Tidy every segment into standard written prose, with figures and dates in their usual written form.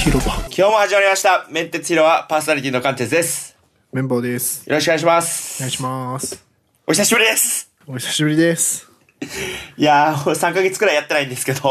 広場。 今日も始まりましたメンテツ広場、パーソナリティの関鉄です。 綿棒です。 よろしくお願いします。 お願いします。 お久しぶりです。 お久しぶりです。 いやー、3ヶ月くらいやってないんですけど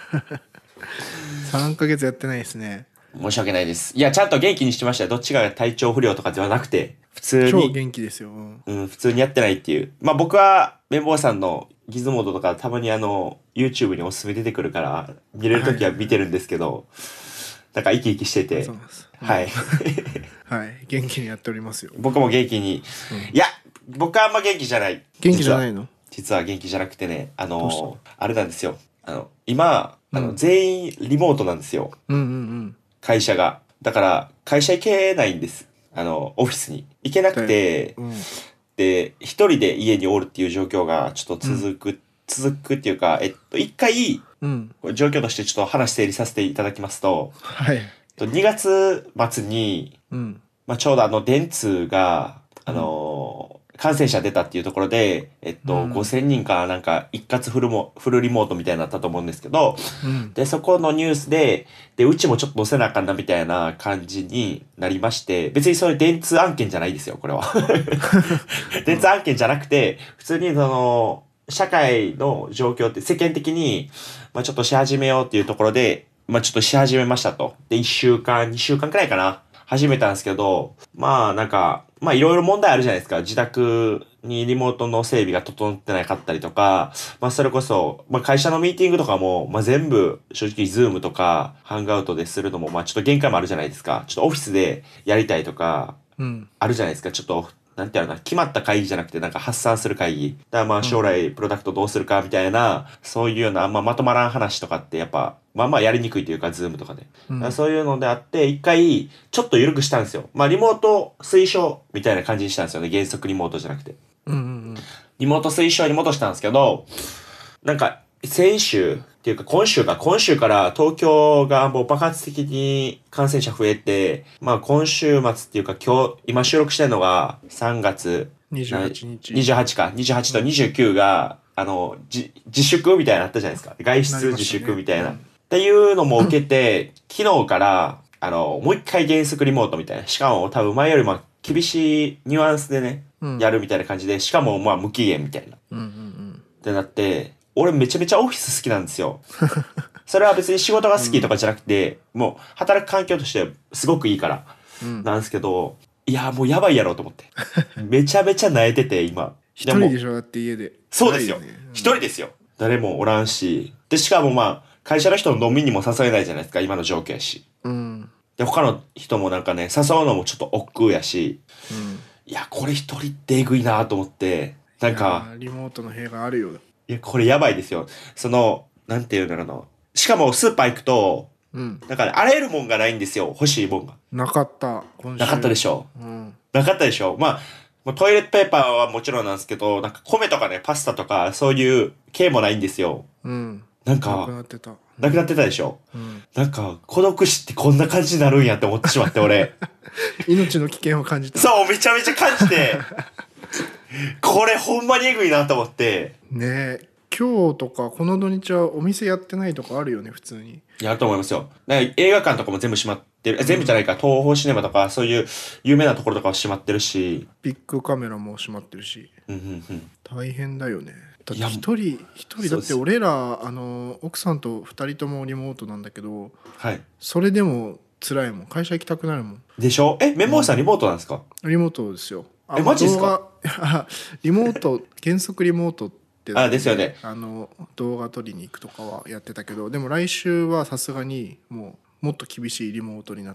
3ヶ月やってないですね。 申し訳ないです。いや、ちゃんと元気にしてましたよ。どっちが体調不良とかではなくて、普通に超元気ですよ。 普通にやってないっていう。まあ僕は綿棒さんのギズモードとかたまにYouTube におすすめ出てくるから見れるときは見てるんですけど、なんか生き生きしてて、 そうなんです。 はい。 はい、元気にやっておりますよ。 僕も元気に、いや、僕はあんま元気じゃない。 元気じゃないの？ 実は元気じゃなくてね、あれなんですよ。今、全員リモートなんですよ。会社が。だから、会社行けないんです。オフィスに。行けなくて、で、一人で家におるっていう状況がちょっと続くっていうか、一回、状況としてちょっと話整理させていただきますと、 はい。 2月末に、まあ、ちょうど電通が、感染者出たっていうところで、5000人かなんか一括フルリモートみたいになったと思うんですけど、で、そこのニュースで、うちもちょっと載せなあかんなみたいな感じになりまして、別にそれ電通案件じゃないですよ、これは。電通案件じゃなくて、普通に社会の状況って世間的に、まあちょっとし始めようっていうところで、まあちょっとし始めましたと。で、1週間、2週間くらいかな。始めたんですけど、まあなんか、まあいろいろ問題あるじゃないですか。自宅にリモートの整備が整ってなかったりとか、まあそれこそ、まあ会社のミーティングとかも、まあ全部正直ズームとかハンガウトでするのも、まあちょっと限界もあるじゃないですか。ちょっとオフィスでやりたいとか、あるじゃないですか。ちょっと、なんていうのかな、決まった会議じゃなくてなんか発散する会議。だからまあ将来プロダクトどうするかみたいな、そういうようなあんままとまらん話とかってやっぱ、まあまあやりにくいというか、ズームとかで。そういうのであって、一回、ちょっと緩くしたんですよ。まあリモート推奨みたいな感じにしたんですよね。原則リモートじゃなくて。リモート推奨に戻したんですけど、なんか、先週っていうか今週から東京がもう爆発的に感染者増えて、まあ今週末っていうか今収録してるのが3月 28日。 28か。28と29が、自粛みたいなのあったじゃないですか。外出自粛みたいな。っていうのも受けて、昨日から、もう一回原則リモートみたいな。しかも多分前よりも厳しいニュアンスでね、やるみたいな感じで、しかもまあ無期限みたいな。ってなって、俺めちゃめちゃオフィス好きなんですよ。それは別に仕事が好きとかじゃなくて、もう働く環境としてすごくいいから、なんですけど、いやもうやばいやろうと思って。めちゃめちゃ萎えてて、今。 一人でしょ、だって家で。 そうですよ。一人ですよ。誰もおらんし。で、しかもまあ、会社の人の飲みにも誘えないじゃないですか、今の状況やし。で、他の人もなんかね、誘うのもちょっと億劫やし、いや、これ一人ってえぐいなと思って、なんか、 リモートの弊害あるよ。 いや、これやばいですよ。なんていうんだろうな。しかもスーパー行くと、なんかね、あらゆるもんがないんですよ。欲しいもんが。 なかった、今週。 なかったでしょ。なかったでしょ。まあ、もうトイレットペーパーはもちろんなんですけど、なんか米とかね、パスタとか、そういう系もないんですよ。なんか、 なくなってた。 なくなってたでしょ。なんか、孤独死ってこんな感じになるんやって思ってしまって、俺。 命の危険を感じた。 そう、めちゃめちゃ感じて、これほんまにエグいなと思って。 ねえ、今日とかこの土日はお店やってないとかあるよね、普通に。 やると思いますよ。映画館とかも全部閉まってる。全部じゃないか、東宝シネマとか、そういう有名なところとかは閉まってるし。 ビッグカメラも閉まってるし。大変だよね。だって一人だって俺ら奥さんと2人ともリモートなんだけど、それでも辛いもん。会社行きたくなるもん。 でしょ？綿棒さんリモートなんですか？ リモートですよ。 マジですか？ リモート、原則リモートってですよね。 動画撮りに行くとかはやってたけど、でも来週はさすがにもっと厳しいリモートになって、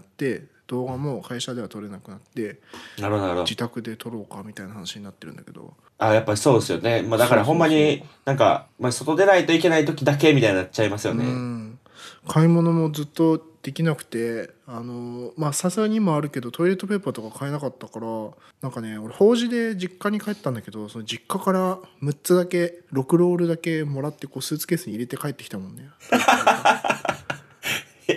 動画も会社では撮れなくなって、自宅で撮ろうかみたいな話になってるんだけど。 やっぱりそうですよね。まあだからほんまになんか、まあ外出ないといけない時だけみたいになっちゃいますよね。 買い物もずっとできなくて、まあさすがに今あるけどトイレットペーパーとか買えなかったから、なんかね、俺法事で実家に帰ったんだけど、その実家から6つだけ6ロールだけもらって、こうスーツケースに入れて帰ってきたもんね。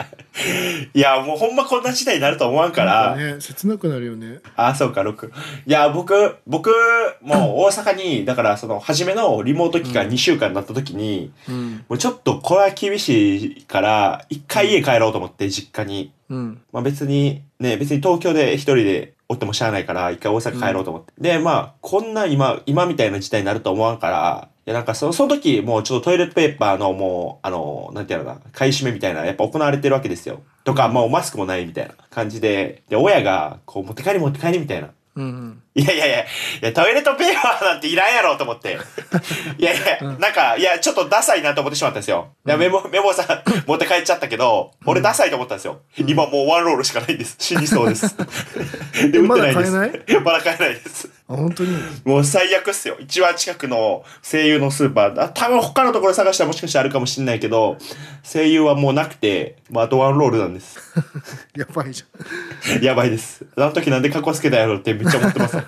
いや、もうほんまこんな時代になると思わんから。 ね、切なくなるよね。 あ、そうか、6。いや、僕、もう大阪に、だからその、初めのリモート期間2週間になった時に、もうちょっとこれは厳しいから、一回家帰ろうと思って、実家に。まあ別に東京で一人でおってもしゃあないから、一回大阪帰ろうと思って。で、まあ、こんな今みたいな時代になると思わんから、いやなんかその時、もうちょっとトイレットペーパーのもう、なんていうのかな、買い占めみたいな、やっぱ行われてるわけですよ。とか、もうマスクもないみたいな感じで、親が、こう、持って帰りみたいな。いや、トイレットペーパーなんていらんやろと思って。なんか、ちょっとダサいなと思ってしまったんですよ。メモさん持って帰っちゃったけど、俺ダサいと思ったんですよ。今もうワンロールしかないんです。死にそうです。で、売ってないです。まだ買えないです。 本当にもう最悪っすよ。一番近くの声優のスーパー、多分他のところ探したらもしかしたらあるかもしれないけど、声優はもうなくて、あとワンロールなんです。 やばいじゃん。やばいです。あの時なんでカッコつけたやろってめっちゃ思ってます。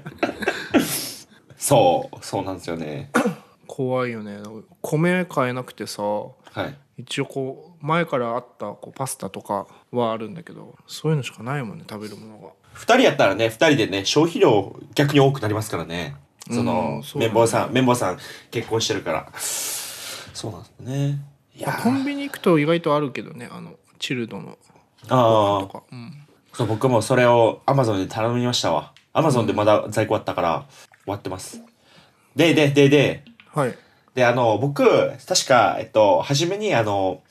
そうなんですよね。 怖いよね。米買えなくてさ、一応こう前からあったこうパスタとかはあるんだけど、そういうのしかないもんね、食べるものが。 2人やったらね、2人でね、消費量逆に多くなりますからね。綿棒さん結婚してるから。そうなんですね。 いや、コンビニ行くと意外とあるけどね、チルドのとか。そう、僕もそれを Amazon で頼みましたわ。Amazon でまだ在庫あったから終わってます。で、 はい。 で、僕、確か、初めに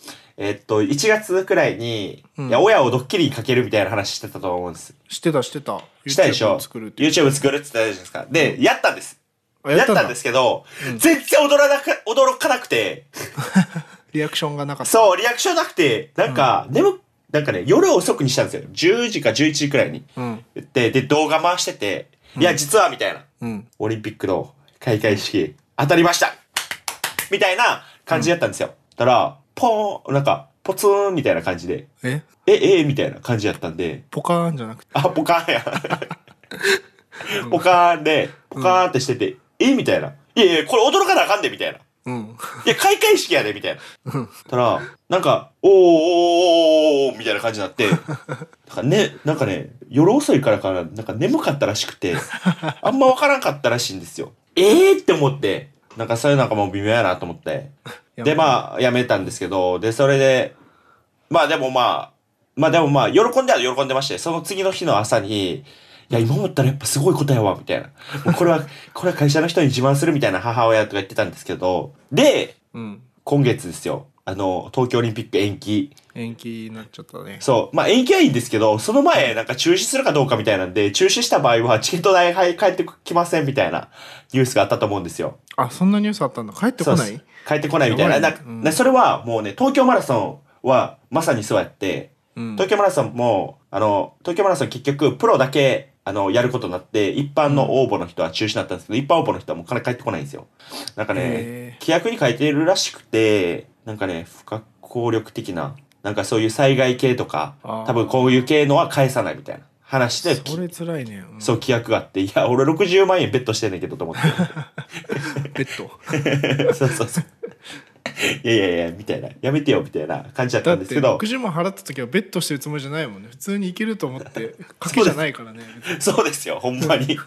1月くらいに、親をドッキリにかけるみたいな話してたと思うんです。 してた。 したでしょ ?YouTube 作るって言ったじゃないですか。で、やったんです。やったんですけど、全然驚かなくて。 リアクションがなかった。 そう、リアクションなくて、なんかね、夜遅くにしたんですよ。10時か11時くらいに。で、動画回してて、いや、実は、みたいな。オリンピックの開会式、当たりましたみたいな感じやったんですよ。たら、ポツーンみたいな感じで。みたいな感じやったんで。 ポカーンじゃなくて。 ポカーンや。ポカーンで、ポカーンってしてて、みたいな。いや、これ驚かなあかんで、みたいな。いや、開会式やで、みたいな。たら、なんか、おーみたいな感じになって、なんかね、夜遅いからなんか眠かったらしくて、あんまわからんかったらしいんですよ。って思って、なんかそういうなんかもう微妙やなと思って。で、やめたんですけど、で、それで、でも喜んでまして、その次の日の朝に、いや、今思ったらやっぱすごいことやわ、みたいな。もうこれは会社の人に自慢するみたいな母親とか言ってたんですけど、で、今月ですよ。東京オリンピック延期になっちゃったね。 そう。延期はいいんですけど、その前、なんか中止するかどうかみたいなんで、中止した場合はチケット代返ってきませんみたいなニュースがあったと思うんですよ。 あ、そんなニュースあったんだ。帰ってこない？ 帰ってこないみたいな。それはもうね、東京マラソンはまさにそうやって、東京マラソンも、東京マラソン結局、プロだけ、やることになって、一般の応募の人は中止になったんですけど、一般応募の人はもう金返ってこないんですよ。なんかね、規約に書いてるらしくて、なんかね、不可抗力的な、なんかそういう災害系とか、多分こういう系のは返さないみたいな話で、 それ辛いね。 そう、規約があって、いや、俺60万円ベットしてんねんけどと思って。 ベットそう。いや、みたいな。やめてよ、みたいな感じだったんですけど。 だって60万払った時はベットしてるつもりじゃないもんね。普通にいけると思って、賭けじゃないからね。 そうですよ、ほんまに。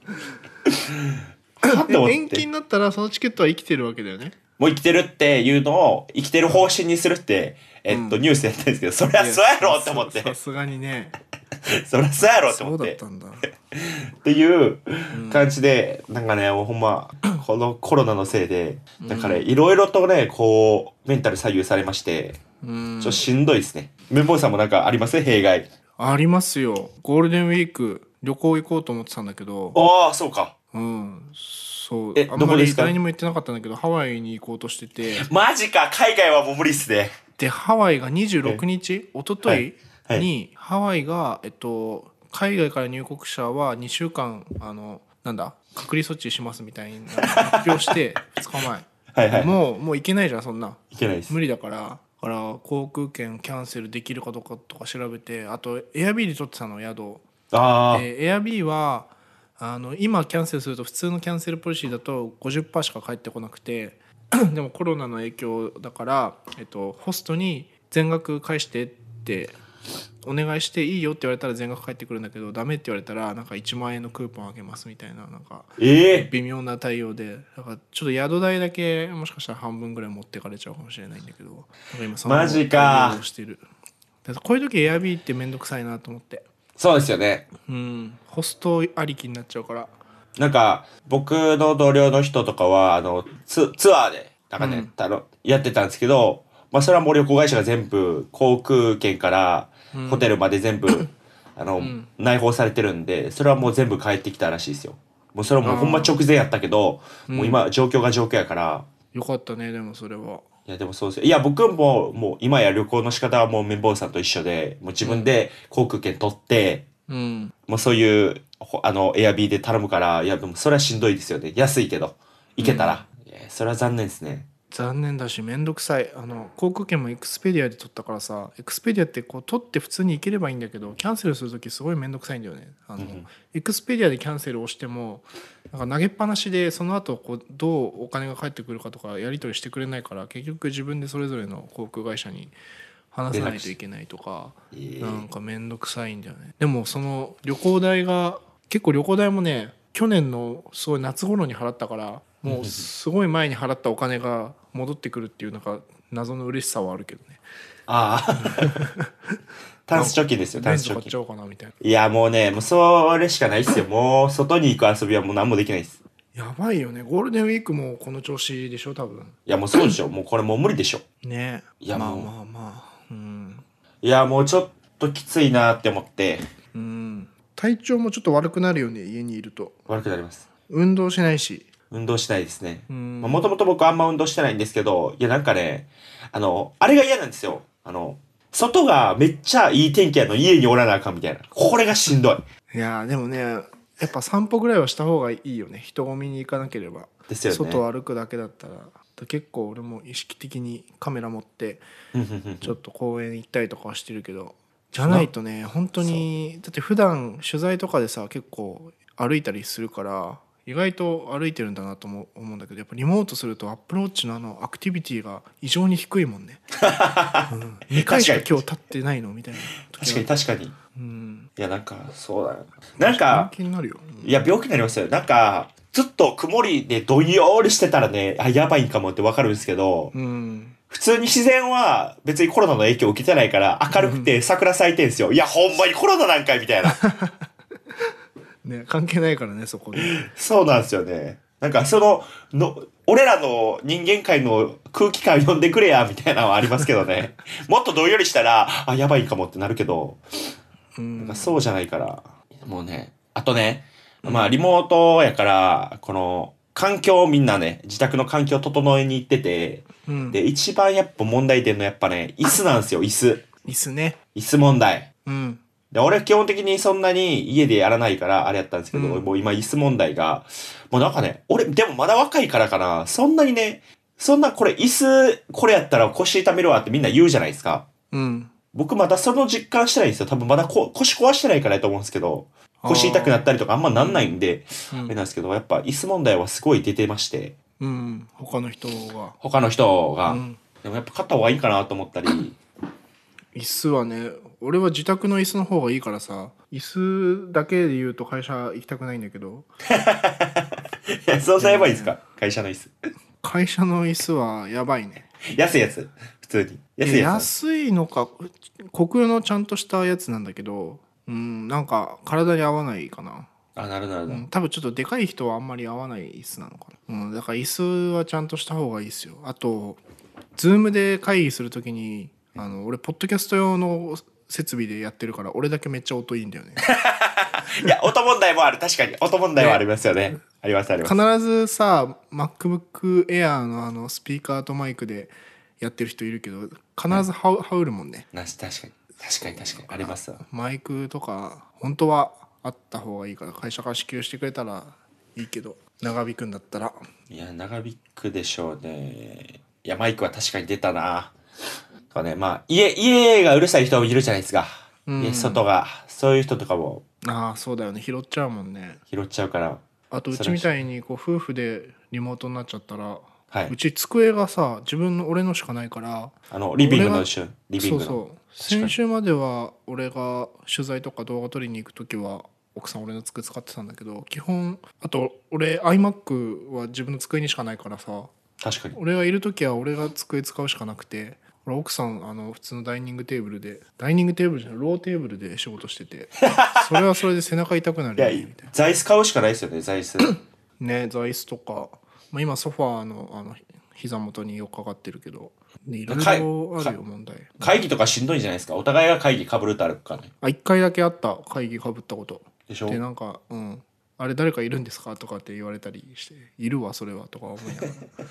延期になったらそのチケットは生きてるわけだよね。 もう生きてるっていうのを生きてる方針にするって、ニュースやったんですけど、そりゃそうやろって思って。 さすがにね。 そりゃそうやろって思って。 そうだったんだ。 っていう感じで、なんかね、ほんま、このコロナのせいで、なんかね、いろいろとね、こう、メンタル左右されまして、ちょっとしんどいですね。綿棒さんもなんかあります弊害。 ありますよ。ゴールデンウィーク、旅行行こうと思ってたんだけど。 ああ、そうか。 そう。あんまり誰にも言ってなかったんだけど、ハワイに行こうとしてて。 マジか、海外はもう無理っすね。 で、ハワイが26日、一昨日に、ハワイが、海外から入国者は2週間、隔離措置しますみたいな発表して、2日前。もう行けないじゃん、そんな。 行けないです。 無理だから。航空券キャンセルできるかどうかとか調べて、あと、エアビーで取ってたの、宿。エアビーは、今キャンセルすると普通のキャンセルポリシーだと 50% しか返ってこなくてでもコロナの影響だから、ホストに全額返してってってお願いしていいよって言われたら全額返ってくるんだけど、ダメって言われたらなんか1万円のクーポンあげますみたいな、なんか微妙な対応で、だからちょっと宿代だけもしかしたら半分ぐらい持ってかれちゃうかもしれないんだけど、なんか今そのマジかしてる。だからこういう時エアビーってめんどくさいなと思って。 そうですよね。 ホストありきになっちゃうから。 なんか僕の同僚の人とかはツアーでなんかね、やってたんですけど、まあそれはもう旅行会社が全部航空券からホテルまで全部、内包されてるんで、それはもう全部帰ってきたらしいですよ。もうそれはもうほんま直前やったけど、もう今状況が状況やから。 よかったね、でもそれは。 いやでもそうですよ。いや僕ももう今や旅行の仕方はもう綿棒さんと一緒で、もう自分で航空券取って、もうそういうエアビーで頼むから、いやでもそれはしんどいですよね。安いけど行けたら、それは残念ですね。 残念だしめんどくさい。航空券もエクスペディアで取ったからさ、エクスペディアってこう取って普通に行ければいいんだけど、キャンセルする時すごいめんどくさいんだよね。エクスペディアでキャンセルをしてもなんか投げっぱなしで、その後こうどうお金が返ってくるかとかやり取りしてくれないから、結局自分でそれぞれの航空会社に話さないといけないとか、なんかめんどくさいんだよね。でもその旅行代が結構、旅行代もね去年のすごい夏頃に払ったから、もうすごい前に払ったお金が戻ってくるっていうなんか謎の嬉しさはあるけどね。 ああタンス貯金ですよ、タンス貯金。 買っちゃおうかなみたいな。 いやもうね、もうそれしかないっすよ。もう外に行く遊びはもう何もできないです。 やばいよね。ゴールデンウィークもこの調子でしょ多分。 いやもうそうでしょ。もうこれもう無理でしょ。 ね。 いやもうまあまあ、 いやもうちょっときついなって思って。 体調もちょっと悪くなるよね、家にいると。 悪くなります。 運動しないし。 運動しないですね。もともと僕あんま運動してないんですけど、いやなんかね、あれが嫌なんですよ。外がめっちゃいい天気やの家におらなあかんみたいな。これがしんどい。 いやでもね、やっぱ散歩ぐらいはした方がいいよね。人混みに行かなければ。 ですよね。 外を歩くだけだったら。結構俺も意識的にカメラ持ってちょっと公園行ったりとかはしてるけど、じゃないとね本当に。だって普段取材とかでさ結構歩いたりするから、意外と歩いてるんだなと思うんだけど、やっぱリモートするとアップローチのアクティビティが異常に低いもんね。2回しか今日立ってないのみたいな。 確かに。いやなんかそうだよ。なんか病気になるよ。 いや病気になりますよ。なんかずっと曇りでどんよりしてたらね、やばいんかもってわかるんですけど、普通に自然は別にコロナの影響を受けてないから明るくて桜咲いてんすよ。いやほんまにコロナなんかいみたいな。 ね、関係ないからねそこで。 そうなんですよね。なんか俺らの人間界の空気感読んでくれやみたいなのはありますけどね。もっとどんよりしたらやばいかもってなるけど、なんかそうじゃないから。もうね、あとね、まあリモートやからこの環境をみんなね、自宅の環境を整えに行ってて、で一番やっぱ問題点のやっぱね、椅子なんですよ。椅子ね。 椅子問題。で俺は基本的にそんなに家でやらないからあれやったんですけど、もう今椅子問題がもうなんかね、俺でもまだ若いからかな、そんなにね、そんなこれ椅子これやったら腰痛めるわってみんな言うじゃないですか。僕まだその実感してないんですよ。多分まだ腰壊してないからやと思うんですけど、腰痛くなったりとかあんまなんないんで、あれなんですけど、やっぱ椅子問題はすごい出てまして。 他の人が、でもやっぱ買った方がいいかなと思ったり。 椅子はね、俺は自宅の椅子の方がいいからさ、椅子だけで言うと会社行きたくないんだけど。 いや、そんなやばいですか、会社の椅子。 会社の椅子はやばいね。 安いやつ普通に。 安いのか、国有のちゃんとしたやつなんだけど、なんか体に合わないかな。 なるほど。 多分ちょっとでかい人はあんまり合わない椅子なのかな。だから椅子はちゃんとした方がいいですよ。あと、ズームで会議するときに、俺ポッドキャスト用の設備でやってるから、俺だけめっちゃ音いいんだよね。 いや音問題もある。確かに音問題はありますよね。あります。 必ずさ MacBook Air のスピーカーとマイクでやってる人いるけど、必ずハウるもんね。 確かにありますわ。 マイクとか本当はあった方がいいから、会社から支給してくれたらいいけど、長引くんだったら。 いや長引くでしょうね。いやマイクは確かに出たな。ね、まあ家がうるさい人もいるじゃないですか。家外がそういう人とかも。 そうだよね、拾っちゃうもんね。 拾っちゃうから。 あとうちみたいにこう夫婦でリモートになっちゃったらはい、 うち机がさ俺のしかないから、 リビングの一緒、リビングの。 そう先週までは俺が取材とか動画撮りに行く時は奥さん俺の机使ってたんだけど、基本あと俺 iMac は自分の机にしかないからさ、 確かに俺がいる時は俺が机使うしかなくて、俺奥さん普通のダイニングテーブルじゃないローテーブルで仕事しててそれはそれで背中痛くなるよねみたいな。 座椅子買うしかないですよね、座椅子ね、座椅子とか、今ソファーの膝元によっかかってるけど、いろいろあるよ問題。 会議とかしんどいんじゃないですか。お互いが会議かぶるとあるかね。 1回だけあった、会議かぶったことでしょ。 でなんかあれ誰かいるんですかとかって言われたりして、いるわそれはとか思いな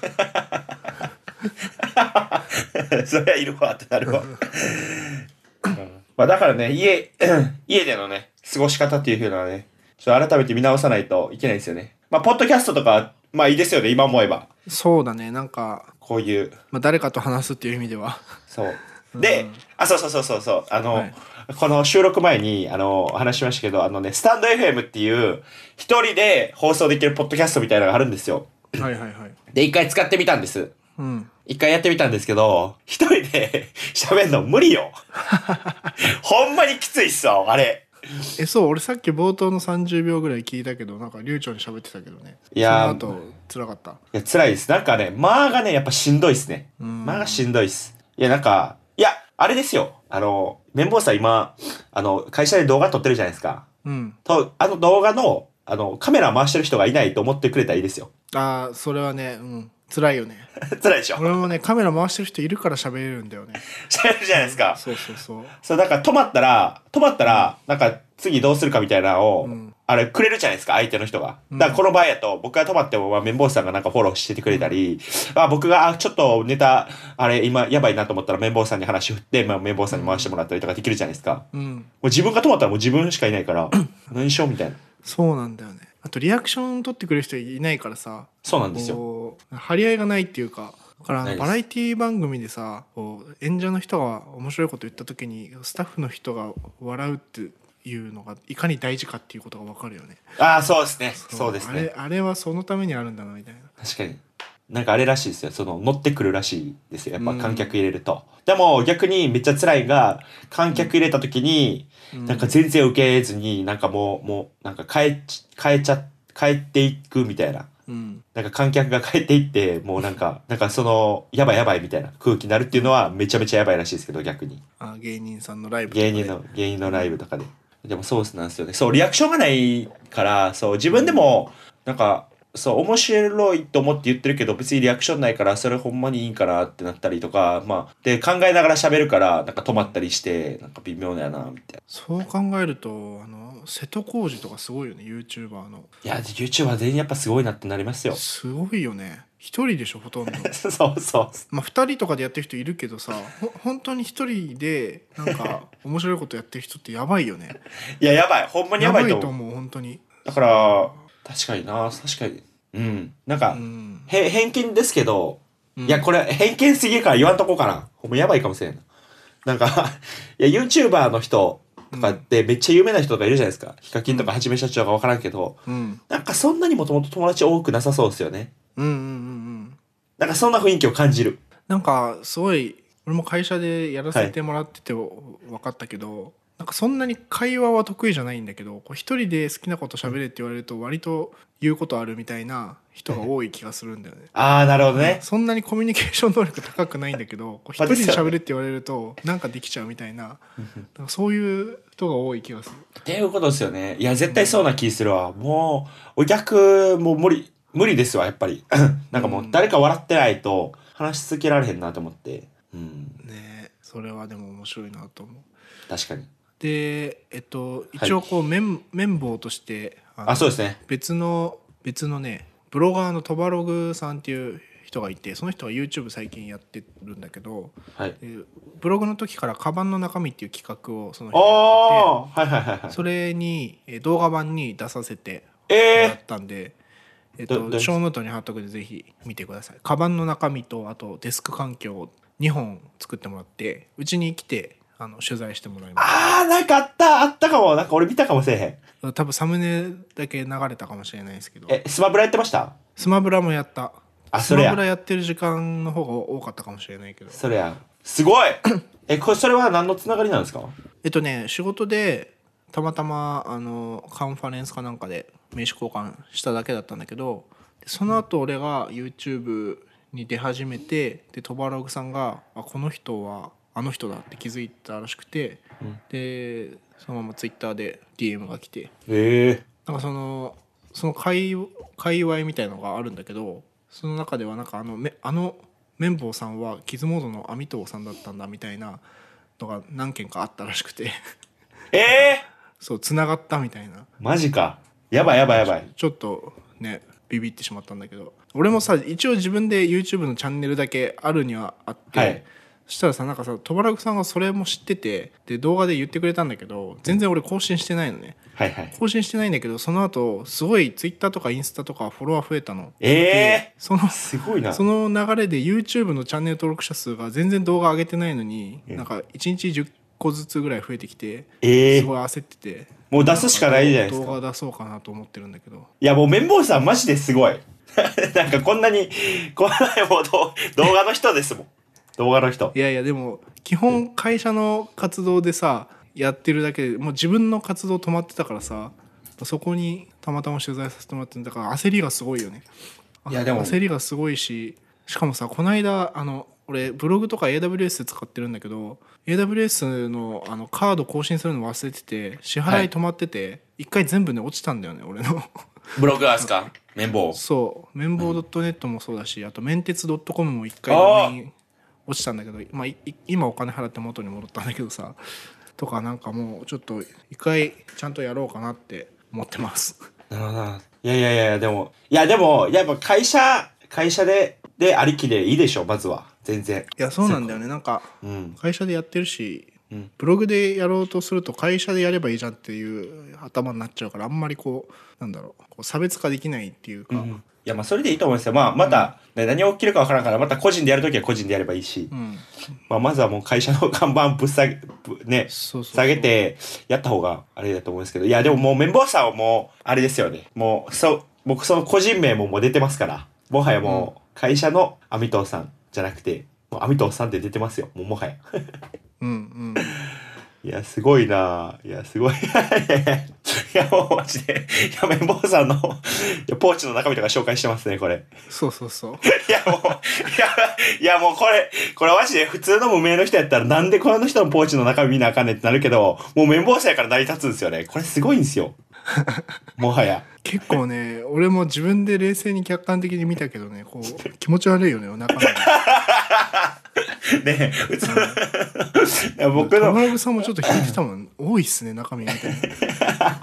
がらそれはいるわってなるわまあだからね、家でのね過ごし方っていう風なね、ちょっと改めて見直さないといけないですよね。まあポッドキャストとかまあいいですよね、今思えば。 そうだね、なんかこういう、 誰かと話すっていう意味ではそうで、そうはい、この収録前に話しましたけど、スタンド FM っていう一人で放送できるポッドキャストみたいなのがあるんですよ。 はいはいはい。 で一回使ってみたんです。一回やってみたんですけど、一人で喋るの無理よほんまにきついっすわあれ。 そう俺さっき冒頭の30秒ぐらい聞いたけど、なんか流暢に喋ってたけどね。 いやその後辛かった。 いや辛いです。なんかね間がねやっぱしんどいっすね。間がしんどいっす。いやなんかあれですよ、綿棒さん今会社で動画撮ってるじゃないですか。と動画のカメラ回してる人がいないと思ってくれたらいいですよ。 ああそれはね辛いよね辛いでしょ。 俺もねカメラ回してる人いるから喋れるんだよね。 喋れるじゃないですか。 そうだから止まったらなんか次どうするかみたいなのを、あれくれるじゃないですか相手の人が。だからこの場合やと僕が止まっても綿棒さんがなんかフォローしててくれたり、僕がちょっとネタあれ今やばいなと思ったら綿棒さんに話振って、綿棒さんに回してもらったりとかできるじゃないですか。もう自分が止まったらもう自分しかいないから何しようみたいな。 そうなんだよね。あとリアクション取ってくれる人いないからさ。 そうなんですよ。 張り合いがないっていうか、だからバラエティ番組でさ、演者の人が面白いこと言った時にスタッフの人が笑うっていうのがいかに大事かっていうことが分かるよね。 ああそうですね。そうですね。 あれはそのためにあるんだなみたいな。 確かに。なんかあれらしいですよ。乗ってくるらしいですよ。やっぱ観客入れると。でも逆にめっちゃ辛いが、観客入れた時に、なんか全然受けずに、なんかもう、なんか帰っていくみたいな。なんか観客が帰っていって、もうなんかやばいみたいな空気になるっていうのはめちゃめちゃやばいらしいですけど、逆に。 芸人さんのライブとかで。 芸人のライブとかで。でもそうなんですよね。そう、リアクションがないから、そう、自分でも、なんか、そう面白いと思って言ってるけど別にリアクションないからそれほんまにいいんかなってなったりとか、まあで考えながら喋るからなんか止まったりしてなんか微妙だよなみたいな。 そう考えると瀬戸康史とかすごいよね、 YouTuber の。 いや YouTuber 全員やっぱすごいなってなりますよ。 すごいよね。一人でしょほとんどそうまあ2人とかでやってる人いるけどさ、本当に一人でなんか面白いことやってる人ってやばいよねいややばい、ほんまにやばいと思う本当に。 だから確かになんか、偏見ですけど、いやこれ偏見すぎるから言わんとこうかな。ほんまやばいかもしれんなんかいや YouTuber の人とかってめっちゃ有名な人とかいるじゃないですか。ヒカキンとかはじめ社長が分からんけど、なんかそんなにもともと友達多くなさそうですよね。なんかそんな雰囲気を感じる。 なんかすごい俺も会社でやらせてもらってて分かったけど、なんかそんなに会話は得意じゃないんだけど、一人で好きなこと喋れって言われると割と言うことあるみたいな人が多い気がするんだよね。 ああなるほどね。 そんなにコミュニケーション能力高くないんだけど一人で喋れって言われるとなんかできちゃうみたいなそういう人が多い気がするっていうことですよね。いや絶対そうな気するわ。もうお客もう無理ですわやっぱりなんかもう誰か笑ってないと話し続けられへんなと思って、 ね。それはでも面白いなと思う。 確かに。 で一応こう、綿棒としてそうですね、 別のねブロガーのトバログさんっていう人がいて、その人は YouTube 最近やってるんだけど、ブログの時からカバンの中身っていう企画をその人やってて、それに動画版に出させてもらったんで、ショーノートに貼っとくんでぜひ見てください。カバンの中身とあとデスク環境を2本作ってもらってうちに来て取材してもらいました。 なんかあったかも。なんか俺見たかもしれへん。 多分サムネだけ流れたかもしれないですけど。 スマブラやってました？ スマブラもやった。 スマブラやってる時間の方が多かったかもしれないけど。 そりゃすごいそれは何のつながりなんですか？ 仕事でたまたまカンファレンスかなんかで名刺交換しただけだったんだけど、その後俺が YouTube に出始めて、でトバログさんがこの人はあの人だって気づいたらしくて、でそのまま Twitter で DM が来て、なんかその界隈みたいのがあるんだけど、その中ではなんか綿棒さんはキズモードの網藤さんだったんだみたいなのが何件かあったらしくてそう繋がったみたいな。 マジか。やばい。 ちょっとねビビってしまったんだけど、俺もさ一応自分で YouTube のチャンネルだけあるにはあって、そしたらさなんかさトバラクさんがそれも知ってて、で動画で言ってくれたんだけど、全然俺更新してないのね。更新してないんだけど、その後すごい Twitter とかインスタとかフォロワー増えたの。 すごいな。 その流れで YouTube のチャンネル登録者数が全然動画上げてないのに、なんか1日10個ずつぐらい増えてきて、すごい焦ってて、 もう出すしかないじゃないですか。 動画出そうかなと思ってるんだけど。 いやもう綿棒さんマジですごいなんかこんなもう動画の人ですもん。動画の人。 いやでも基本会社の活動でさやってるだけでもう自分の活動止まってたからさ、そこにたまたま取材させてもらって、だから焦りがすごいよね。 いやでも焦りがすごいしかもさこの間俺ブログとか AWS で使ってるんだけど、 AWS のカード更新するの忘れてて支払い止まってて、一回全部ね落ちたんだよね俺のブログですか？綿棒。 そう綿棒 .net もそうだし、あと面鉄 .com も一回ドメイン落ちたんだけど、今お金払って元に戻ったんだけどさ、とかなんかもうちょっと一回ちゃんとやろうかなって思ってますなるほど。いやでもやっぱ会社でありきでいいでしょまずは。全然。 いやそうなんだよね。なんか会社でやってるし、ブログでやろうとすると会社でやればいいじゃんっていう頭になっちゃうから、あんまりこう差別化できないっていうか、 いやまあそれでいいと思うんですよ。また、何が起きるか分からんから、また個人でやるときは個人でやればいいし、まずはもう会社の看板ぶっ下げてやった方があれだと思うんですけど、いやでももう綿棒さんはもうあれですよね。僕その個人名もう出てますから、もはやもう会社の網藤さんじゃなくて、もう網藤さんって出てますよ。もはや。いやすごいな。いやすごい。いやもうマジで綿棒さんのポーチの中身とか紹介してますねこれ。 そういやもうこれマジで普通の無名の人やったらなんでこの人のポーチの中身見なあかんねんってなるけど、もう綿棒さんやから成り立つんですよね。これすごいんですよ。もはや結構ね俺も自分で冷静に客観的に見たけどね、こう気持ち悪いよね中身ね普通、いや僕の田村さんもちょっと引いてたもん多いっすね中身みたいな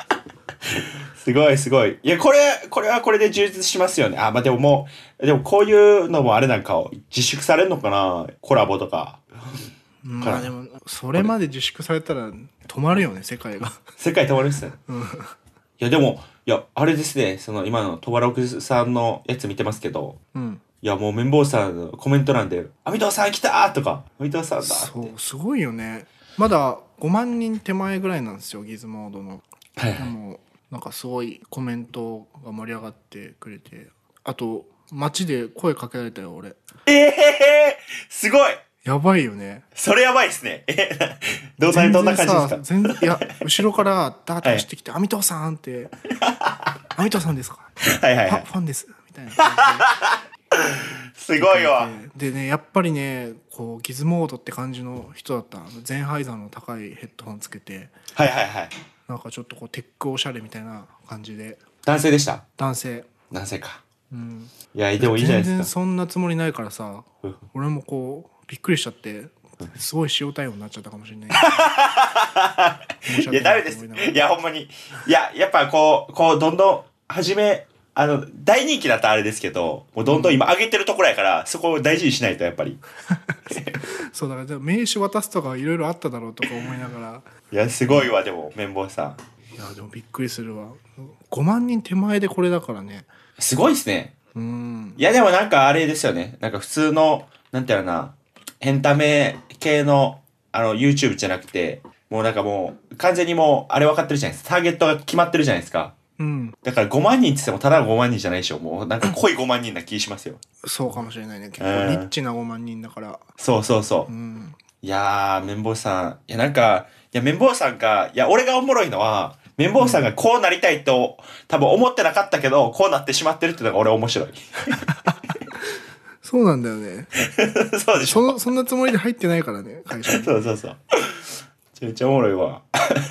すごい。いやこれはこれで充実しますよね。でもこういうのもあれなんかを自粛されるのかな、コラボとか。 でもそれまで自粛されたら止まるよね世界止まるっすね。いやでもあれですね、その今のトバロクさんのやつ見てますけど、いやもう綿棒さんのコメント欄で網藤さん来たとか網藤さんだって。 そうすごいよね。まだ5万人手前ぐらいなんですよギズモードの。でもなんかすごいコメントが盛り上がってくれて、あと街で声かけられたよ俺。 すごい。 やばいよね。 それやばいっすね。どんな感じですか？ 全然いや後ろからダーッと走ってきて網藤さんって網藤さんですか？ファンですみたいな感じですごいわ。 でねやっぱりねこうギズモードって感じの人だった。ゼンハイザーの高いヘッドホンつけて、なんかちょっとこうテックおしゃれみたいな感じで。 男性でした？ 男性か。いやでもいいじゃないですか。 全然そんなつもりないからさ、俺もこうびっくりしちゃってすごい塩対応になっちゃったかもしれない。 いやダメです。いやほんまにやっぱこうどんどん大人気だったらあれですけど、もうどんどん今上げてるところやから、そこを大事にしないとやっぱり。 そうだから名刺渡すとかいろいろあっただろうとか思いながら。 いやすごいわでも綿棒さん。 いやでもびっくりするわ。5万人手前でこれだからね。 すごいですね。いやでもなんかあれですよね。なんか普通のなんていうのエンタメ系のYouTube じゃなくて、もうなんかもう完全にもうあれ分かってるじゃないですか。ターゲットが決まってるじゃないですか。 うん。 だから5万人って言ってもただの5万人じゃないでしょ。もうなんか濃い5万人な気しますよ。 そうかもしれないね。結構ニッチな5万人だから。 そうそうそう。 うん。 いやー、綿棒さん。いや、なんか、いや、綿棒さんが、いや、俺がおもろいのは、綿棒さんがこうなりたいと、多分思ってなかったけど、こうなってしまってるっていうのが俺面白い。 そうなんだよね。 そうでしょ。 そんなつもりで入ってないからね、会社に。 そうそうそう。めちゃおもろいわ。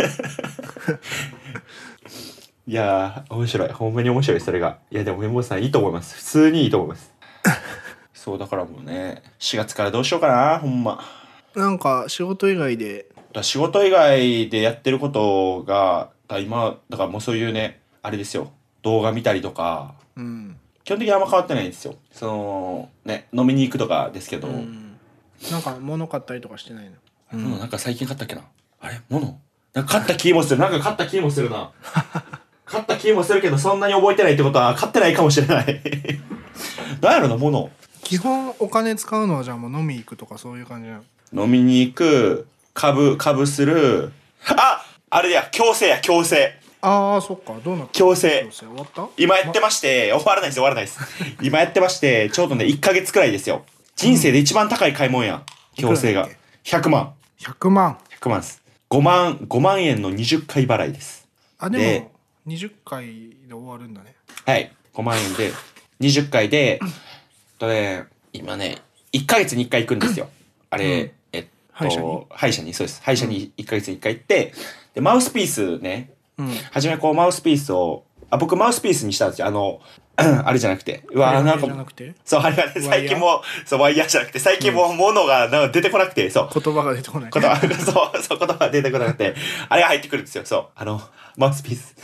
いやー、面白い。ほんまに面白い、それが。いや、でも綿棒さんいいと思います。普通にいいと思います。そう、だからもうね、4月からどうしようかな、ほんま。 なんか、仕事以外で。 仕事以外でやってることが、今、だからもうそういうね、あれですよ。動画見たりとか、 うん。 基本的にあんま変わってないんですよ。その、ね、飲みに行くとかですけど。 なんか物買ったりとかしてないの？ 物なんか最近買ったっけな。あれ物なんか買った気もする。なんか買った気もするな。買った気もするけど、そんなに覚えてないってことは買ってないかもしれない。何やろな、物。 基本お金使うのはじゃあもう飲み行くとかそういう感じなの？ 飲みに行く、株する。あれや、強制や、強制。 ああ、そっか。どうなった？ 強制。 終わった？ 今やってまして、終わらないです、終わらないです。今やってまして、ちょうどね、1ヶ月くらいですよ。人生で一番高い買い物や。強制が。100万。 100万。 100万です。5万円の20回払いです。 でも、20回で終わるんだね。 はい。5万円で、20回で、今ね、1ヶ月に1回行くんですよ。あれ、歯医者に、そうです。歯医者に1ヶ月に1回行って、で、マウスピースね、はじめマウスピースを、僕マウスピースにしたんですよ。あれじゃなくて。 なんか、 そう、あれがね、最近も、そう、ワイヤーじゃなくて、最近も物がなんか出てこなくて、そう。 言葉が出てこない。 言葉が出てこなくて、あれが入ってくるんですよ。そう。マウスピース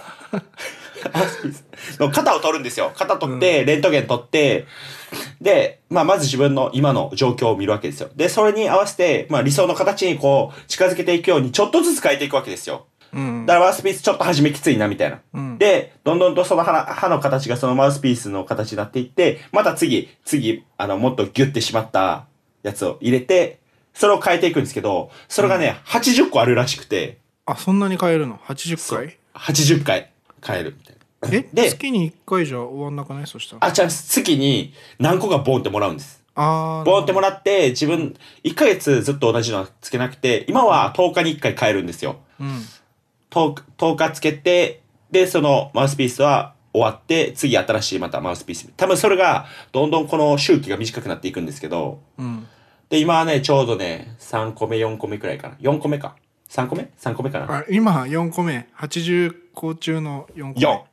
の型を取るんですよ。型取って、レントゲン取って、で、まず自分の今の状況を見るわけですよ。で、それに合わせて、理想の形にこう、近づけていくように、ちょっとずつ変えていくわけですよ。だからマウスピースちょっと初めきついなみたいな。で、どんどんとその歯の形がそのマウスピースの形になっていって、また次、もっとギュッてしまったやつを入れて、それを変えていくんですけど、それがね、80個あるらしくて。 あ、そんなに変えるの？ 80 回 ？80回変えるみたいな。 で、月に1回じゃ終わんなくない？そしたら。 じゃあ月に何個かボンってもらうんです。 ボンってもらって、自分、1ヶ月ずっと同じのつけなくて、今は10日に1回変えるんですよ。10日つけて、で、そのマウスピースは終わって、次新しいまたマウスピース。多分それが、どんどんこの周期が短くなっていくんですけど、で、今はね、ちょうどね、3個目、4個目くらいかな。4個目か。3個目 ?3 個目かな。 今、4個目。80個中の4個目。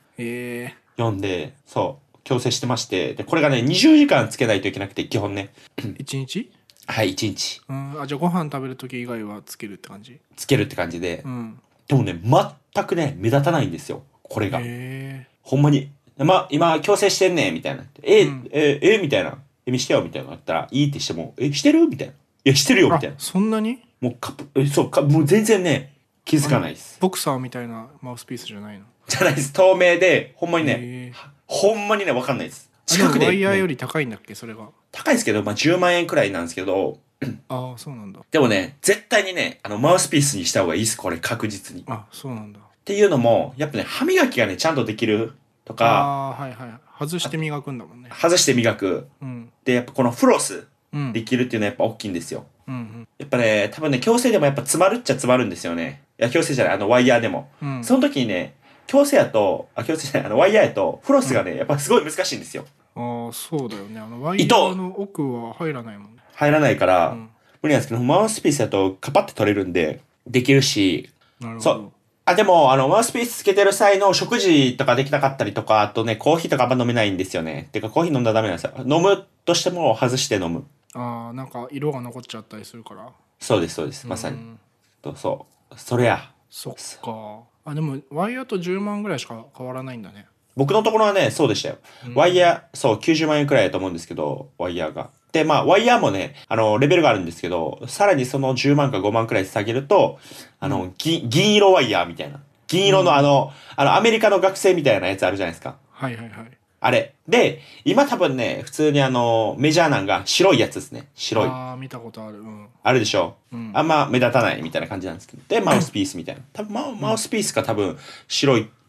4。4で、そう、矯正してまして、で、これがね、20時間つけないといけなくて、基本ね。 1日？ はい、1日。 じゃあご飯食べるとき以外はつけるって感じ？ つけるって感じで。でもね、全くね、目立たないんですよ。これが。ほんまに。今、矯正してんねん、みたいな。みたいな。見してよ、みたいな。あったら、いいってしても、してるみたいな。いや、してるよ、みたいな。 そんなに？ もう、もう全然ね、気づかないです。 ボクサーみたいなマウスピースじゃないの？ じゃないです。透明で、ほんまにね、わかんないです。 近くで。ワイヤーより高いんだっけ、それが。 高いですけど、10万円くらいなんですけど。 そうなんだ。 でもね、絶対にね、マウスピースにした方がいいです、これ、確実に。 そうなんだ。 っていうのも、やっぱね、歯磨きがね、ちゃんとできるとか。 はいはい。外して磨くんだもんね。 外して磨く。で、やっぱこのフロス、できるっていうのはやっぱ大きいんですよ。やっぱね、多分ね、矯正でもやっぱ詰まるっちゃ詰まるんですよね。いや、矯正じゃない、ワイヤーでも。その時にね、矯正じゃない、ワイヤーやと、フロスがね、やっぱすごい難しいんですよ。 そうだよね。ワイヤーの奥は入らないもんね。 入らないから、無理なんですけど、マウスピースだとカパって取れるんで、できるし。 なるほど。 でも、マウスピースつけてる際の食事とかできなかったりとか、あとね、コーヒーとかあんま飲めないんですよね。てか、コーヒー飲んだらダメなんですよ。飲むとしても外して飲む。 なんか色が残っちゃったりするから。 そうです、そうです。まさに。そう。それや。 そっか。でも、ワイヤーと10万ぐらいしか変わらないんだね。 僕のところはね、そうでしたよ。ワイヤー、そう、90万円くらいだと思うんですけど、ワイヤーが。で、ワイヤーもね、レベルがあるんですけど、さらにその10万か5万くらい下げると、銀色ワイヤーみたいな。銀色のアメリカの学生みたいなやつあるじゃないですか。 はいはいはい。 あれ。で、今多分ね、普通にメジャーなんが白いやつですね。白い。 見たことある。 あるでしょ。あんま目立たないみたいな感じなんですけど。で、マウスピースみたいな。多分マウスピースが多分白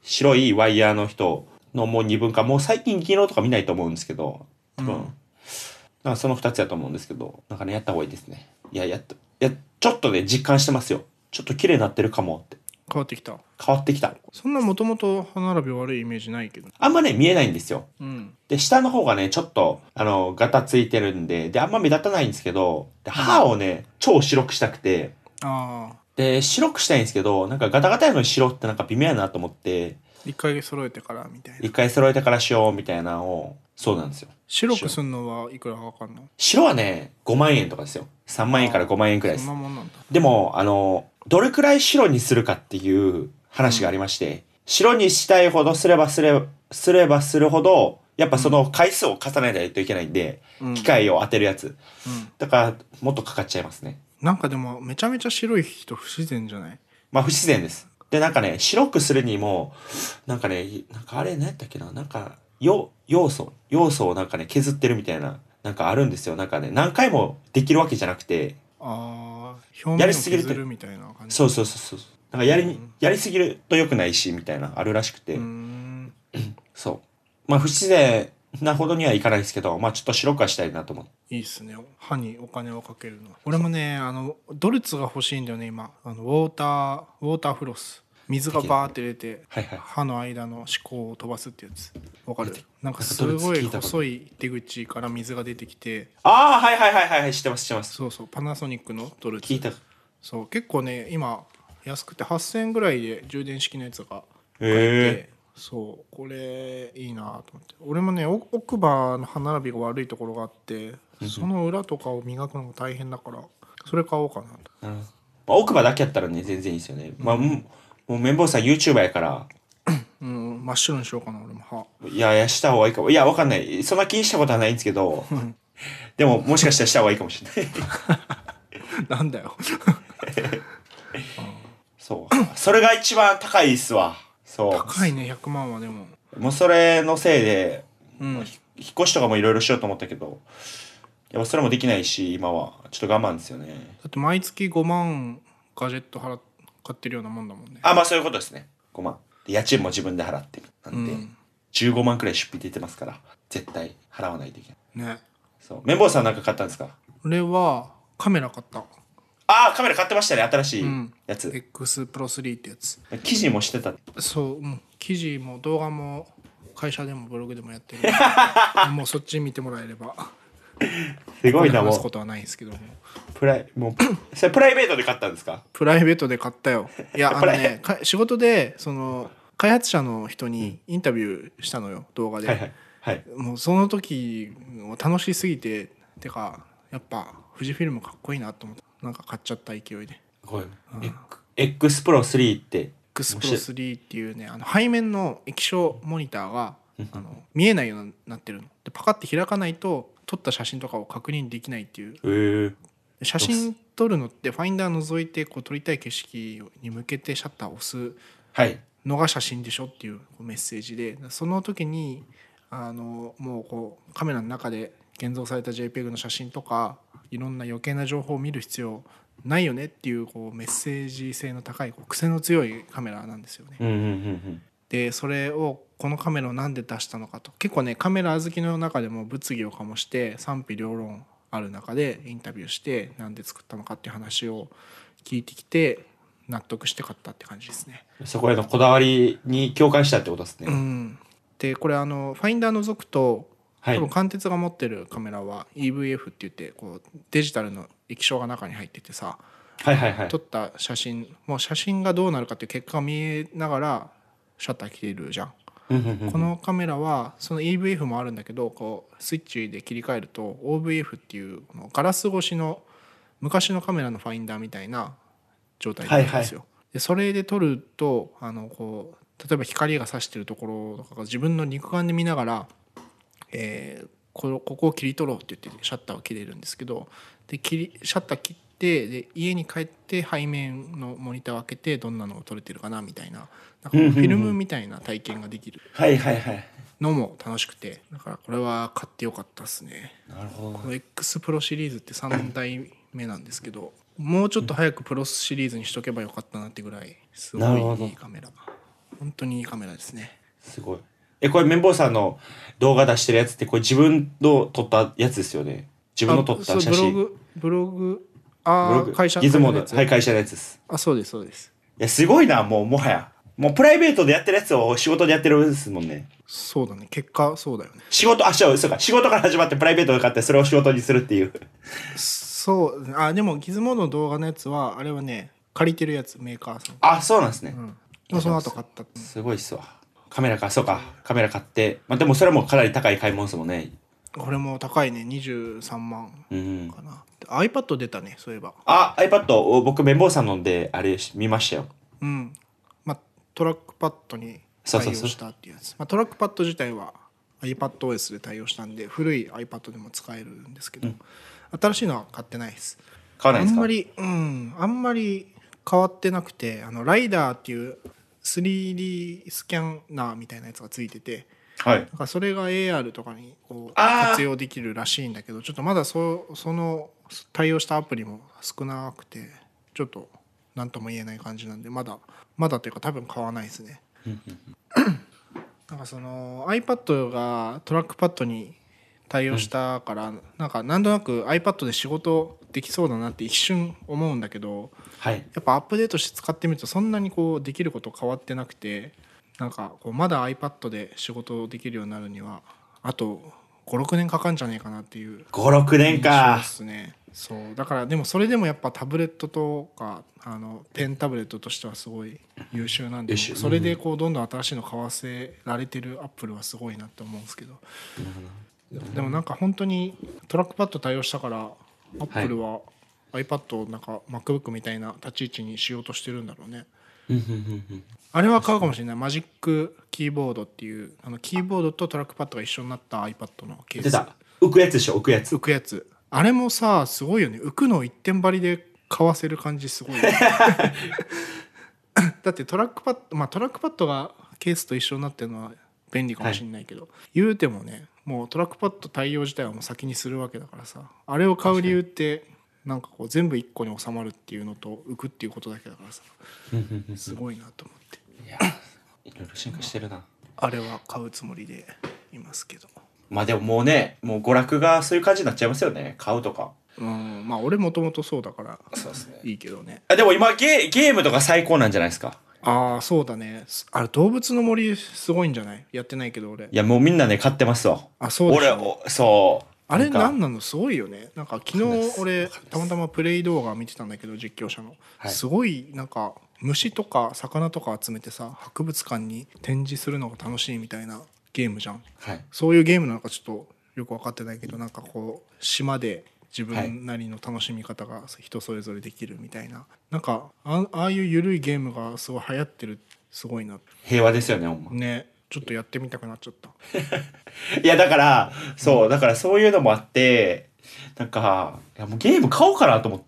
白いワイヤーの人のもう二分化、もう最近技能とか見ないと思うんですけど、多分、なんかその2つやと思うんですけど、なんかね、やった方がいいですね。いや、ちょっとね、実感してますよ。ちょっと綺麗になってるかもって。 変わってきた。 変わってきた。 そんなもともと歯並び悪いイメージないけど。 あんまね、見えないんですよ。で、下の方がね、ちょっと、ガタついてるんで、で、あんま目立たないんですけど、で歯をね、超白くしたくて、で、白くしたいんですけど、なんかガタガタやのに白ってなんか微妙やなと思って、 一回揃えてからみたいな。 一回揃えてからしようみたいなのを、そうなんですよ。 白くするのはいくらかかんの？ 白はね、5万円とかですよ。3万円から5万円くらいです。 そんなもんなんだ。 でも、どれくらい白にするかっていう話がありまして、白にしたいほどすればするほど、やっぱその回数を重ねないといけないんで、機械を当てるやつ。だから、もっとかかっちゃいますね。 なんかでも、めちゃめちゃ白い人不自然じゃない？ まあ、不自然です。で、なんかね、白くするにも、なんかね、なんかあれ、何やったっけな、なんか、要素をなんかね、削ってるみたいな、なんかあるんですよ。なんかね、何回もできるわけじゃなくて、 表面を削るみたいな感じ。 そう。なんかやりすぎると良くないし、みたいな、あるらしくて。そう。まあ、不自然なほどにはいかないですけど、まあ、ちょっと白くはしたいなと思って。 いいっすね。歯にお金をかけるの。俺もね、ドルツが欲しいんだよね、今。ウォーターフロス。水がバーって出て、歯の間の歯垢を飛ばすってやつ。わかる？なんかすごい細い出口から水が出てきて。 はい、知ってます。 そう、パナソニックのドルツ。 聞いた。 そう、結構ね、今、安くて8000円ぐらいで充電式のやつが買えて、そう、これいいなと思って。俺もね、奥歯の歯並びが悪いところがあって、その裏とかを磨くのが大変だから、それ買おうかなと。 奥歯だけやったらね、全然いいですよね。まあ、もう綿棒さん YouTuber やから。 真っ白にしようかな、俺も歯。 いや、した方がいいかも。いや、わかんない。そんな気にしたことはないんですけど、でも、もしかしたらした方がいいかもしれない。 なんだよ。 そう。それが一番高いっすわ。そう。 高いね、100万はでも。 もうそれのせいで、引っ越しとかもいろいろしようと思ったけど、やっぱそれもできないし、今は。ちょっと我慢ですよね。 だって毎月5万ガジェット買ってるようなもんだもんね。 まあそういうことですね。5万。家賃も自分で払ってる。なんで、15万くらい出費出てますから、絶対払わないといけない。ね。そう。綿棒さんなんか買ったんですか？ 俺はカメラ買った。 カメラ買ってましたね、新しいやつ。 X Pro 3ってやつ。 記事もしてた。 そう、記事も動画も会社でもブログでもやってる。もうそっち見てもらえれば。 すごいな、もう。 話すことはないんですけども。 それプライベートで買ったんですか？ プライベートで買ったよ。いや、仕事で、開発者の人にインタビューしたのよ、動画で。もうその時、楽しすぎて、てか、やっぱ、富士フィルムかっこいいなと思って、なんか買っちゃった勢いで。 X Pro 3って。 X Pro 3っていうね、背面の液晶モニターが、見えないようになってるの。で、パカって開かないと、撮った写真とかを確認できないっていう。写真撮るのってファインダー覗いて撮りたい景色に向けてシャッターを押すのが写真でしょっていうメッセージで、その時にもうカメラの中で現像された JPEG の写真とかいろんな余計な情報を見る必要ないよねっていうメッセージ性の高い癖の強いカメラなんですよね。でそれをこのカメラをなんで出したのかと、結構ねカメラ好きの中でも物議を醸して賛否両論ある中でインタビューしてなんで作ったのかっていう話を聞いてきて納得して買ったって感じですね。 そこへのこだわりに共感したってことですね。 でこれファインダー覗くと多分貫徹が持ってるカメラは EVF って言ってデジタルの液晶が中に入っててさ、撮った写真もう写真がどうなるかっていう結果が見えながらシャッター切れるじゃん。このカメラはその EVF もあるんだけどスイッチで切り替えると OVF っていうガラス越しの昔のカメラのファインダーみたいな状態なんですよ。でそれで撮ると例えば光が差してるところとかが自分の肉眼で見ながら、ここを切り取ろうって言ってシャッターを切れるんですけど、でシャッター切ってで家に帰って背面のモニターを開けてどんなのを撮れてるかなみたいな、なんかフィルムみたいな体験ができるのも楽しくて、だからこれは買ってよかったですね。 なるほど。 この X プロシリーズって3代目なんですけどもうちょっと早くプロシリーズにしとけばよかったなってぐらいすごいいいカメラ。 本当にいいカメラですね。 すごい。これ綿棒さんの動画出してるやつってこれ自分の撮ったやつですよね。自分の撮った写真。 ブログ会社ギズモード、はい、会社のやつです。 そうですそうです。 いやすごいな。もはやもうプライベートでやってるやつを仕事でやってるですもんね。 そうだね。結果そうだよね。 そうか。仕事から始まってプライベートで買ってそれを仕事にするっていう。 そうでもギズモードの動画のやつはあれはね借りてるやつメーカーさん。 そうなんですね。 その後買った。 すごいっすわ。カメラ買ってでもそれもかなり高い買い物ですもんね。 これも高いね。23万かな、iPad 出たね。そういえば iPad 僕綿棒さんのであれ見ましたよ。 トラックパッドに対応したっていうやつ。トラックパッド自体は iPadOS で対応したんで古い iPad でも使えるんですけど、新しいのは買ってないです。 買わないですか？ あんまり変わってなくて、ライダーっていう 3D スキャナーみたいなやつがついてて、なんかそれが AR とかにこう活用できるらしいんだけど、ちょっとまだその対応したアプリも少なくてちょっと何とも言えない感じなんで、まだというか多分買わないですね。なんかその iPad がトラックパッドに対応したから、なんとなく iPad で仕事できそうだなって一瞬思うんだけど、やっぱアップデートして使ってみるとそんなにこうできること変わってなくて、なんかこうまだ iPad で仕事できるようになるにはあと 5,6 年かかんじゃねえかなっていう 5,6年かですね。そうだからでもそれでもやっぱタブレットとかペンタブレットとしてはすごい優秀なんで、それでこうどんどん新しいの買わせられてるアップルはすごいなって思うんですけど、でもなんか本当にトラックパッド対応したからアップルは iPad をなんか MacBook みたいな立ち位置にしようとしてるんだろうね。あれは買うかもしれない。マジックキーボードっていうキーボードとトラックパッドが一緒になった iPad のケース。 出た。浮くやつでしょ。浮くやつ。 あれもさすごいよね。浮くのを一点張りで買わせる感じすごいよね。だってトラックパッドがケースと一緒になってるのは便利かもしれないけど、言うてもね、もうトラックパッド対応自体はもう先にするわけだからさ、あれを買う理由ってなんかこう全部一個に収まるっていうのと浮くっていうことだけだからさすごいなと思って。 いやいろいろ進化してるな。 あれは買うつもりでいますけど、 でももうね、もう娯楽がそういう感じになっちゃいますよね。買うとか。 俺もともとそうだからそうですね。 いいけどね。 でも今ゲームとか最高なんじゃないですか。 そうだね。あれ動物の森すごいんじゃない？やってないけど俺。 いやもうみんなね買ってますわ。 そうでしょ。そう。 あれ何なの？すごいよね。なんか昨日俺たまたまプレイ動画見てたんだけど、実況者の、すごいなんか虫とか魚とか集めてさ博物館に展示するのが楽しいみたいなゲームじゃん。そういうゲームなのかちょっとよく分かってないけど、なんかこう島で自分なりの楽しみ方が人それぞれできるみたいな、なんかああいう緩いゲームがすごい流行ってる。すごいな。 平和ですよねほんまね。ちょっとやってみたくなっちゃったいやだからだからそういうのもあって、なんかいやもうゲーム買おうかなと思って、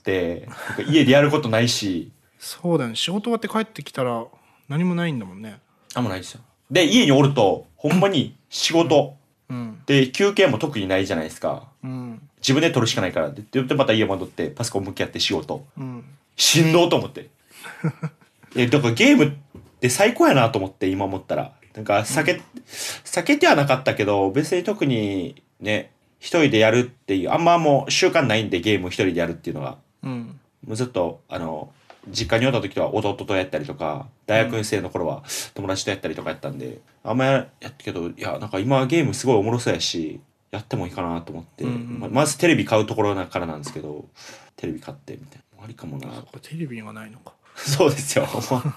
なんか家でやることないしそうだよね。仕事終わって帰ってきたら何もないんだもんね。 もないですよ。で家におるとほんまに仕事、で休憩も特にないじゃないですか、自分で取るしかないからでまた家戻ってパソコン向き合って仕事、しんどうと思ってだからゲームって最高やなと思って、今思ったらなんか避けてはなかったけど、別に特にね一人でやるっていうあんまもう習慣ないんで、ゲーム一人でやるっていうのが、もうずっと実家におった時は弟とやったりとか、大学生の頃は友達とやったりとかやったんで、あんまやったけど、いやなんか今ゲームすごいおもろそうやしやってもいいかなと思って、まずテレビ買うところからなんですけど、テレビ買ってみたいなありかもな。 テレビがないのか。 そうですよ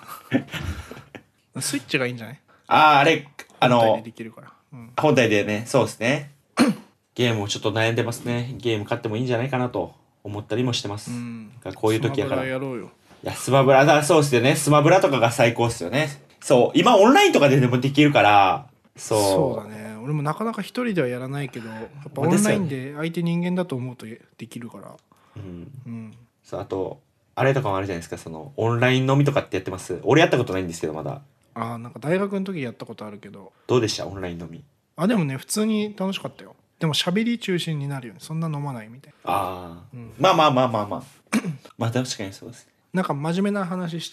スイッチがいいんじゃない？ あれ本体でできるから、 本体でね。そうですねゲームをちょっと悩んでますね。ゲーム買ってもいいんじゃないかなと思ったりもしてます、こういう時やから。 スマブラやろうよ。 いやスマブラだ。そうですよね。スマブラとかが最高っすよね。そう今オンラインとかでもできるから。 そうだね。俺もなかなか一人ではやらないけど、やっぱオンラインで相手人間だと思うとできるから。 そうあとあれとかもあるじゃないですか、そのオンライン飲みとかってやってます？俺やったことないんですけどまだ。 なんか大学の時やったことあるけど。 どうでしたオンライン飲み？ でもね普通に楽しかったよ。でも喋り中心になるよね。そんな飲まないみたいな。 まあまあ確かにそうですね。 なんか真面目な話しちゃう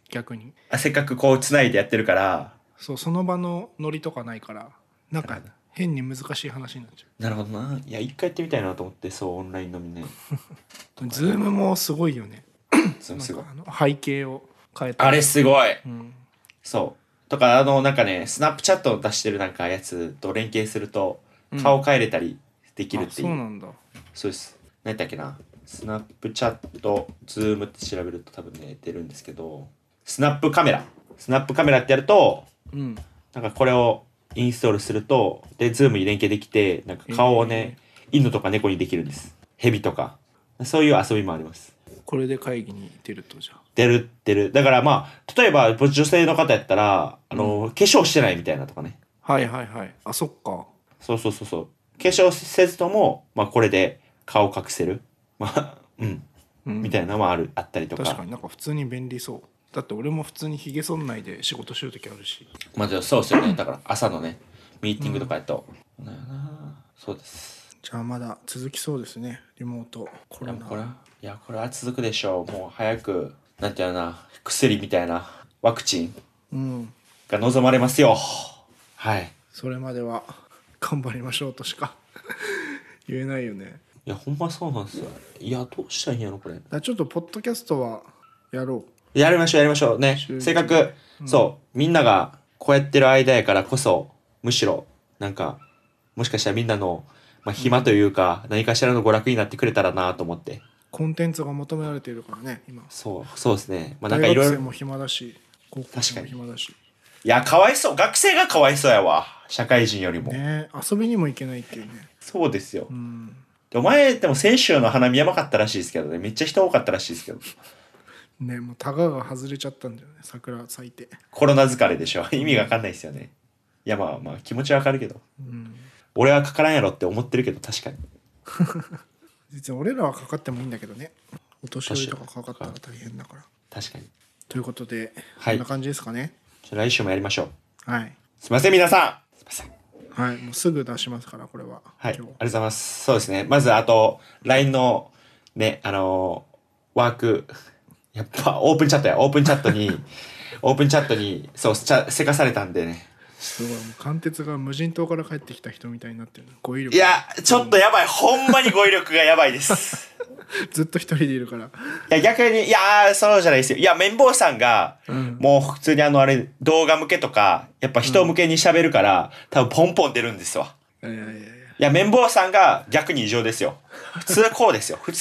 逆に。 せっかくこうつないでやってるから。 そう、その場のノリとかないからなんか変に難しい話になっちゃう。 なるほどな。いや一回やってみたいなと思って。そうオンライン飲みね。 ズームもすごいよね。 ズームすごい。 背景を変えたあれすごい、そうとかなんかねスナップチャットを出してるなんかやつと連携すると顔変えれたりできるっていう、 そうなんだ。 そうです。何だっけな、スナップチャットズームって調べると多分ね出るんですけど、スナップカメラってやると、なんかこれをインストールするとでズームに連携できてなんか顔をね、犬とか猫にできるんです。蛇とかそういう遊びもあります。 これで会議に出ると。じゃあ出るだからまあ例えば女性の方やったら化粧してないみたいなとかね。 はいはいはい。あ、そっか。 そう化粧せずともまあこれで顔隠せるまあみたいなのもあったりとか。 確かになんか普通に便利そう。だって俺も普通にひげ剃んないで仕事してる時あるし。 まあそうですよね。だから朝のねミーティングとかやと、そうです。 じゃあまだ続きそうですね、リモートコロナ。 いやこれは続くでしょう。もう早くなんていうな、薬みたいなワクチンが望まれますよ。はい。 それまでは頑張りましょうとしか言えないよね。 いやほんまそうなんですよ。いやどうしたらいいんやろこれ。 ちょっとポッドキャストはやろう。 やりましょうね。せっかく、そうみんながこうやってる間やからこそ、むしろなんかもしかしたらみんなの、暇というか、何かしらの娯楽になってくれたらなと思って。 コンテンツが求められているからね今。 そうですね。 なんかいろいろ大学生も暇だし高校生も暇だし。 いやかわいそう、学生がかわいそうやわ、社会人よりもね。遊びにも行けないっていうね。 そうですよ。お前でも先週の花見やばかったらしいですけどね。めっちゃ人多かったらしいですけどね。もうタガが外れちゃったんだよね、桜咲いて。 コロナ疲れでしょ。意味が分かんないですよね。いやまあ気持ちは分かるけど、俺はかからんやろって思ってるけど、確かに実は俺らはかかってもいいんだけどね、お年寄りとかかかったら大変だから。 確かに。 ということで、こんな感じですかね。 来週もやりましょう。 はい。 すいません皆さん。すいません。 はい、もうすぐ出しますからこれは。 はい。ありがとうございます。そうですね。まずあと LINE のねワーク、やっぱオープンチャットにそうせかされたんでね。 すごい、もう貫徹が無人島から帰ってきた人みたいになってる。語彙力。 いやちょっとやばい、ほんまに語彙力がやばいですずっと一人でいるから。いや逆にそうじゃないですよ。いや綿棒さんが、もう普通にあれ動画向けとかやっぱ人向けに喋るから、多分ポンポン出るんですわ。いや綿棒さんが逆に異常ですよ。普通こうですよ。ポ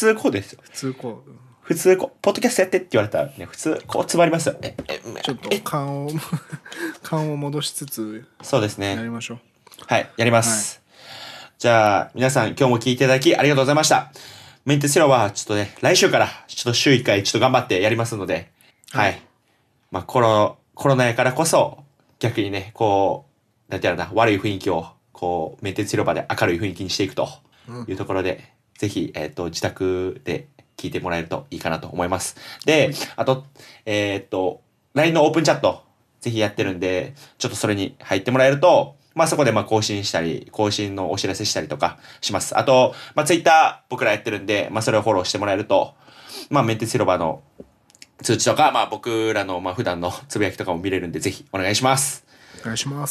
ッドキャストやってって言われたらね、普通こう詰まりますよ。 ちょっと勘を戻しつつ、 そうですね。 やりましょう。 はい、やります。じゃあ皆さん今日も聞いていただきありがとうございました。メンテスロはちょっとね、来週からちょっと週1回ちょっと頑張ってやりますので、はい。コロナやからこそ逆にね、こうなんていうのかな、悪い雰囲気をこうメンテス広場で明るい雰囲気にしていくというところで、ぜひ自宅で聞いてもらえるといいかなと思います。で、あとLINE のオープンチャットぜひやってるんで、ちょっとそれに入ってもらえると、そこで更新のお知らせしたりとかします。あと、Twitter 僕らやってるんで、それをフォローしてもらえると、メンテス広場の通知とか、僕らの普段のつぶやきとかも見れるんで、ぜひお願いします。 お願いします。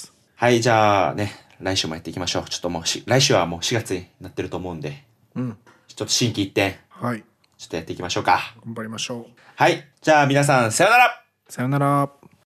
はい、じゃあね、来週もやっていきましょう。ちょっともう来週はもう4月になってると思うんで、ちょっと心機一転、ちょっとやっていきましょうか。 頑張りましょう。 はい、じゃあ皆さんさよなら。 さよなら。